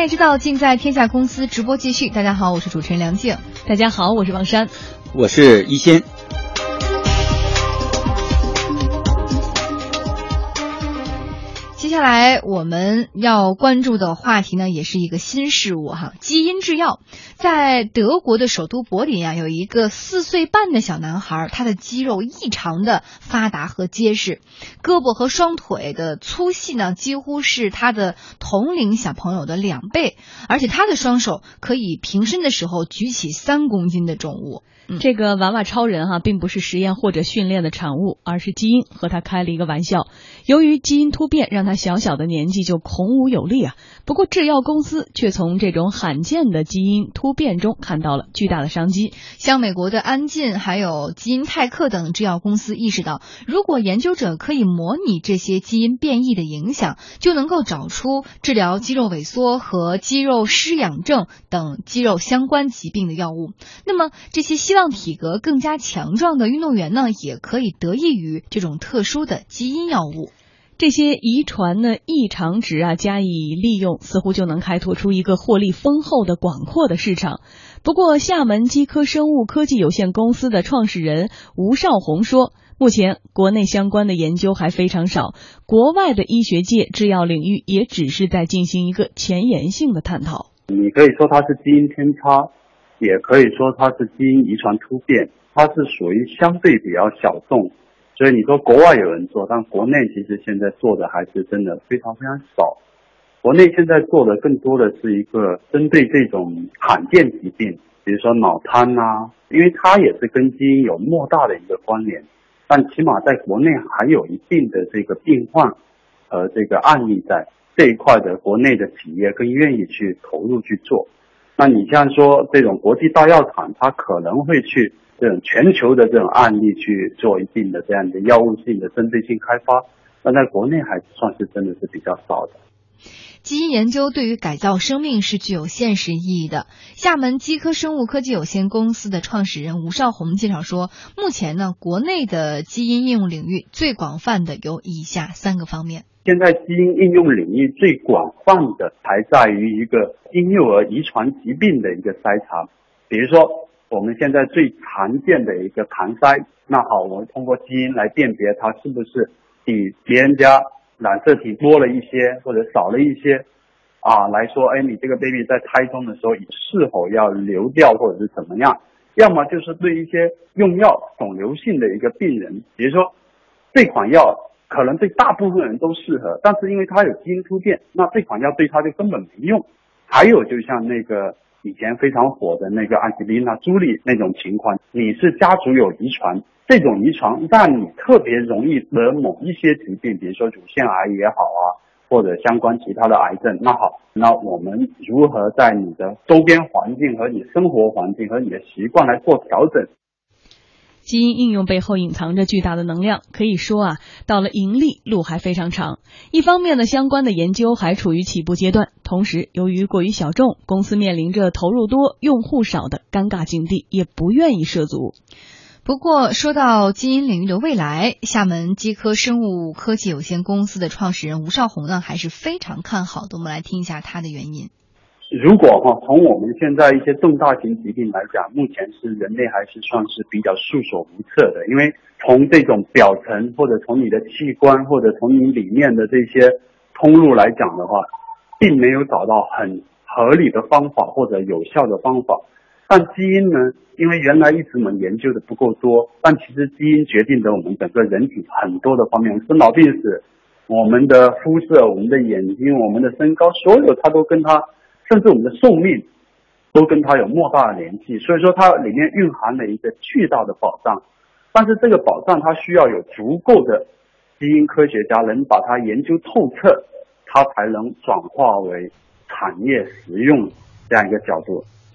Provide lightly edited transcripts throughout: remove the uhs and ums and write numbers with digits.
业之道尽在天下公司直播继续。大家好，我是主持人梁静。 大家好，我是王珊。 我是一仙。 接下来我们要关注的话题呢，也是一个新事物哈，基因制药。在德国的首都柏林啊，有一个4岁半的小男孩，他的肌肉异常的发达和结实，胳膊和双腿的粗细呢，几乎是他的同龄小朋友的2倍，而且他的双手可以平伸的时候举起3公斤的重物。 这个娃娃超人并不是实验或者训练的产物，而是基因和他开了一个玩笑。由于基因突变，让他小小的年纪就孔武有力啊。不过制药公司却从这种罕见的基因突变中看到了巨大的商机。 像美国的安进还有基因泰克等制药公司意识到，如果研究者可以模拟这些基因变异的影响，就能够找出治疗肌肉萎缩和肌肉失养症等肌肉相关疾病的药物。那么这些希望体格更加强壮的运动员呢，也可以得益于这种特殊的基因药物。 这些遗传的异常值加以利用，似乎就能开拓出一个获利丰厚的广阔的市场。不过厦门基科生物科技有限公司的创始人吴少红说，目前国内相关的研究还非常少，国外的医学界制药领域也只是在进行一个前沿性的探讨。 你可以说它是基因偏差，也可以说它是基因遗传突变，它是属于相对比较小众，所以你说国外有人做，但国内其实现在做的还是真的非常非常少。国内现在做的更多的是一个针对这种罕见疾病，比如说脑瘫因为它也是跟基因有莫大的一个关联，但起码在国内还有一定的这个病患和这个案例在这一块的，国内的企业更愿意去投入去做。那你像说这种国际大药厂，它可能会去这种全球的这种案例去做一定的这样的药物性的针对性开发，但在国内还算是真的是比较少的。 基因研究对于改造生命是具有现实意义的。厦门基科生物科技有限公司的创始人吴少红介绍说，目前呢，国内的基因应用领域最广泛的有以下3个方面。 现在基因应用领域最广泛的还在于一个婴幼儿遗传疾病的一个筛查，比如说我们现在最常见的一个痰筛，那好，我们通过基因来辨别它是不是比别人家染色体多了一些或者少了一些来说，你这个 baby 在胎中的时候是否要流掉或者是怎么样，要么就是对一些用药肿瘤性的一个病人，比如说这款药可能对大部分人都适合，但是因为它有基因突变，那这款药对它就根本没用。还有就像那个以前非常火的那个安吉丽娜朱莉那种情况，你是家族有遗传，这种遗传让你特别容易得某一些疾病，比如说乳腺癌也好或者相关其他的癌症。那好，那我们如何在你的周边环境和你生活环境和你的习惯来做调整？ 基因应用背后隐藏着巨大的能量，可以说到了盈利路还非常长。一方面呢，相关的研究还处于起步阶段，同时由于过于小众，公司面临着投入多用户少的尴尬境地，也不愿意涉足。 不过说到基因领域的未来，厦门基科生物科技有限公司的创始人吴少红呢，还是非常看好的。我们来听一下他的原因。 如果从我们现在一些重大型疾病来讲，目前是人类还是算是比较束手无策的，因为从这种表层或者从你的器官或者从你里面的这些通路来讲的话，并没有找到很合理的方法或者有效的方法。但基因呢，因为原来一直我们研究的不够多，但其实基因决定着我们整个人体很多的方面，生老病死，我们的肤色，我们的眼睛，我们的身高，所有它都跟它，甚至我们的寿命都跟它有莫大的联系，所以说它里面蕴含了一个巨大的宝藏。但是这个宝藏它需要有足够的基因科学家能把它研究透彻，它才能转化为产业实用这样一个角度。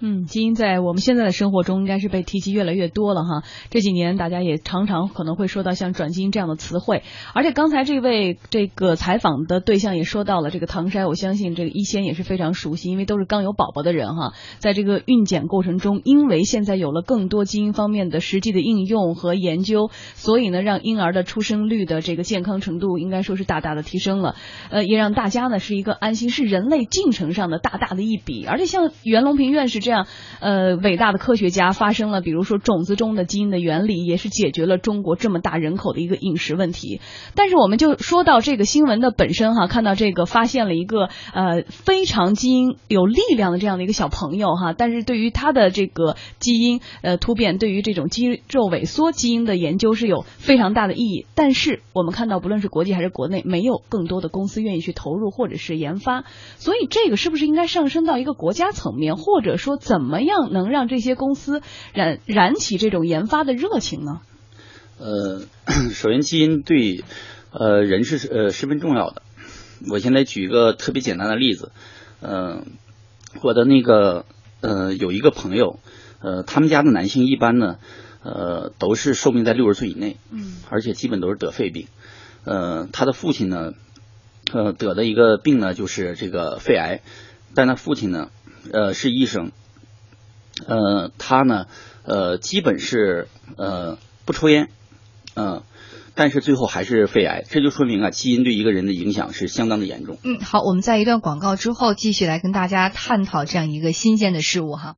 基因在我们现在的生活中应该是被提及越来越多了哈。这几年大家也常常可能会说到像转基因这样的词汇，而且刚才这位这个采访的对象也说到了这个唐筛，我相信这个一仙也是非常熟悉，因为都是刚有宝宝的人哈，在这个孕检过程中，因为现在有了更多基因方面的实际的应用和研究，所以呢让婴儿的出生率的这个健康程度应该说是大大的提升了，也让大家呢是一个安心，是人类进程上的大大的一笔。而且像袁隆平院士这样伟大的科学家发生了比如说种子中的基因的原理，也是解决了中国这么大人口的一个饮食问题。但是我们就说到这个新闻的本身哈，看到这个发现了一个非常基因有力量的这样的一个小朋友哈，但是对于他的这个基因突变，对于这种肌肉萎缩基因的研究是有非常大的意义。但是我们看到不论是国际还是国内，没有更多的公司愿意去投入或者是研发，所以这个是不是应该上升到一个国家层面，或者说怎么样能让这些公司燃起这种研发的热情呢？ 首先基因对人是十分重要的。我现在举一个特别简单的例子，我的那个有一个朋友，他们家的男性一般呢都是寿命在60岁以内，而且基本都是得肺病。他的父亲呢得的一个病呢就是这个肺癌，但他父亲呢是医生，他呢基本是不抽烟，但是最后还是肺癌，这就说明基因对一个人的影响是相当的严重。 好，我们在一段广告之后继续来跟大家探讨这样一个新鲜的事物哈。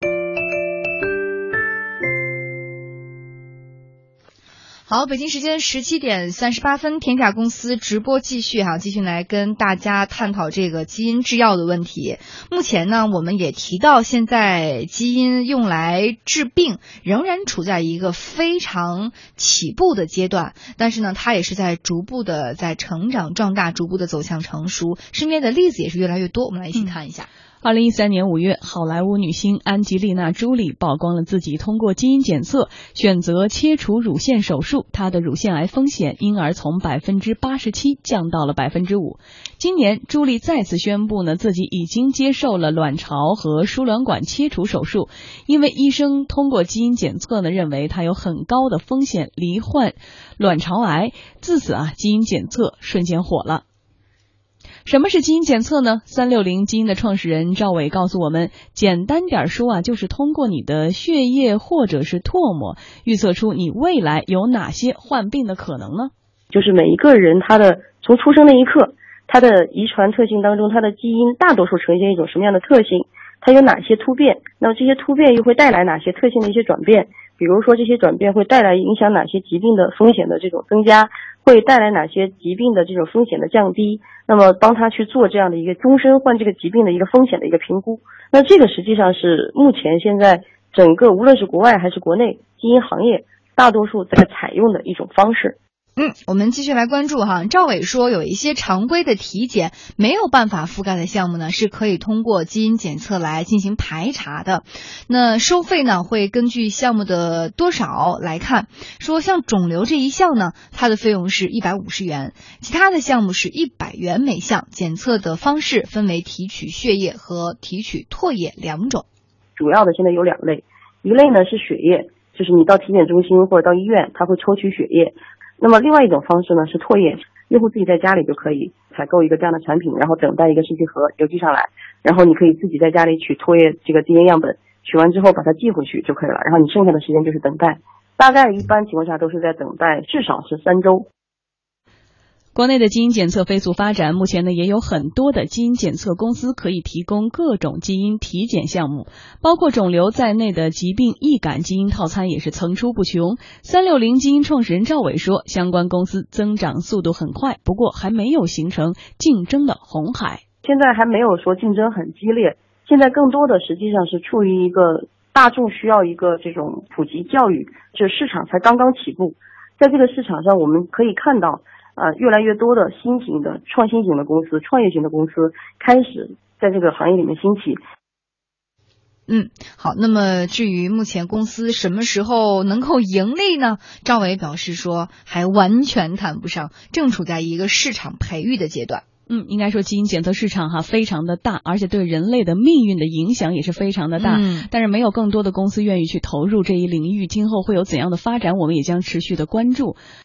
好，北京时间17点38分，天下公司直播继续哈，继续来跟大家探讨这个基因制药的问题。目前呢，我们也提到现在基因用来治病仍然处在一个非常起步的阶段，但是呢，它也是在逐步的在成长壮大，逐步的走向成熟，身边的例子也是越来越多，我们来一起看一下。 2013年5月，好莱坞女星安吉丽娜·朱莉曝光了自己通过基因检测选择切除乳腺手术，她的乳腺癌风险因而从87%降到了5%。今年，朱莉再次宣布呢，自己已经接受了卵巢和输卵管切除手术，因为医生通过基因检测呢，认为她有很高的风险罹患卵巢癌，自此基因检测瞬间火了。什么是基因检测呢？360基因的创始人赵伟告诉我们，简单点说就是通过你的血液或者是唾沫，预测出你未来有哪些患病的可能呢？ 就是每一个人他的从出生那一刻，他的遗传特性当中，他的基因大多数呈现一种什么样的特性，它有哪些突变，那么这些突变又会带来哪些特性的一些转变，比如说这些转变会带来影响哪些疾病的风险的这种增加，会带来哪些疾病的这种风险的降低，那么帮他去做这样的一个终身患这个疾病的一个风险的一个评估。那这个实际上是目前现在整个无论是国外还是国内基因行业大多数在采用的一种方式。 我们继续来关注哈。赵伟说，有一些常规的体检没有办法覆盖的项目呢，是可以通过基因检测来进行排查的。那收费呢，会根据项目的多少来看。说像肿瘤这一项呢，它的费用是150元，其他的项目是100元每项。检测的方式分为提取血液和提取唾液2种。 主要的现在有2类，一类呢是血液，就是你到体检中心或者到医院，他会抽取血液。那么另外一种方式呢是唾液，用户自己在家里就可以采购一个这样的产品，然后等待一个试剂盒邮寄上来，然后你可以自己在家里取唾液这个基因样本，取完之后把它寄回去就可以了，然后你剩下的时间就是等待，大概一般情况下都是在等待至少是3周。 国内的基因检测飞速发展，目前呢也有很多的基因检测公司可以提供各种基因体检项目，包括肿瘤在内的疾病易感基因套餐也是层出不穷。360基因创始人赵伟说，相关公司增长速度很快，不过还没有形成竞争的红海。 现在还没有说竞争很激烈，现在更多的实际上是处于一个大众需要一个这种普及教育，就是市场才刚刚起步。在这个市场上我们可以看到越来越多的新型的创新型的公司、创业型的公司开始在这个行业里面兴起。 好，那么至于目前公司什么时候能够盈利呢？赵伟表示说，还完全谈不上，正处在一个市场培育的阶段。 应该说基因检测市场非常的大，而且对人类的命运的影响也是非常的大。但是没有更多的公司愿意去投入这一领域，今后会有怎样的发展，我们也将持续的关注。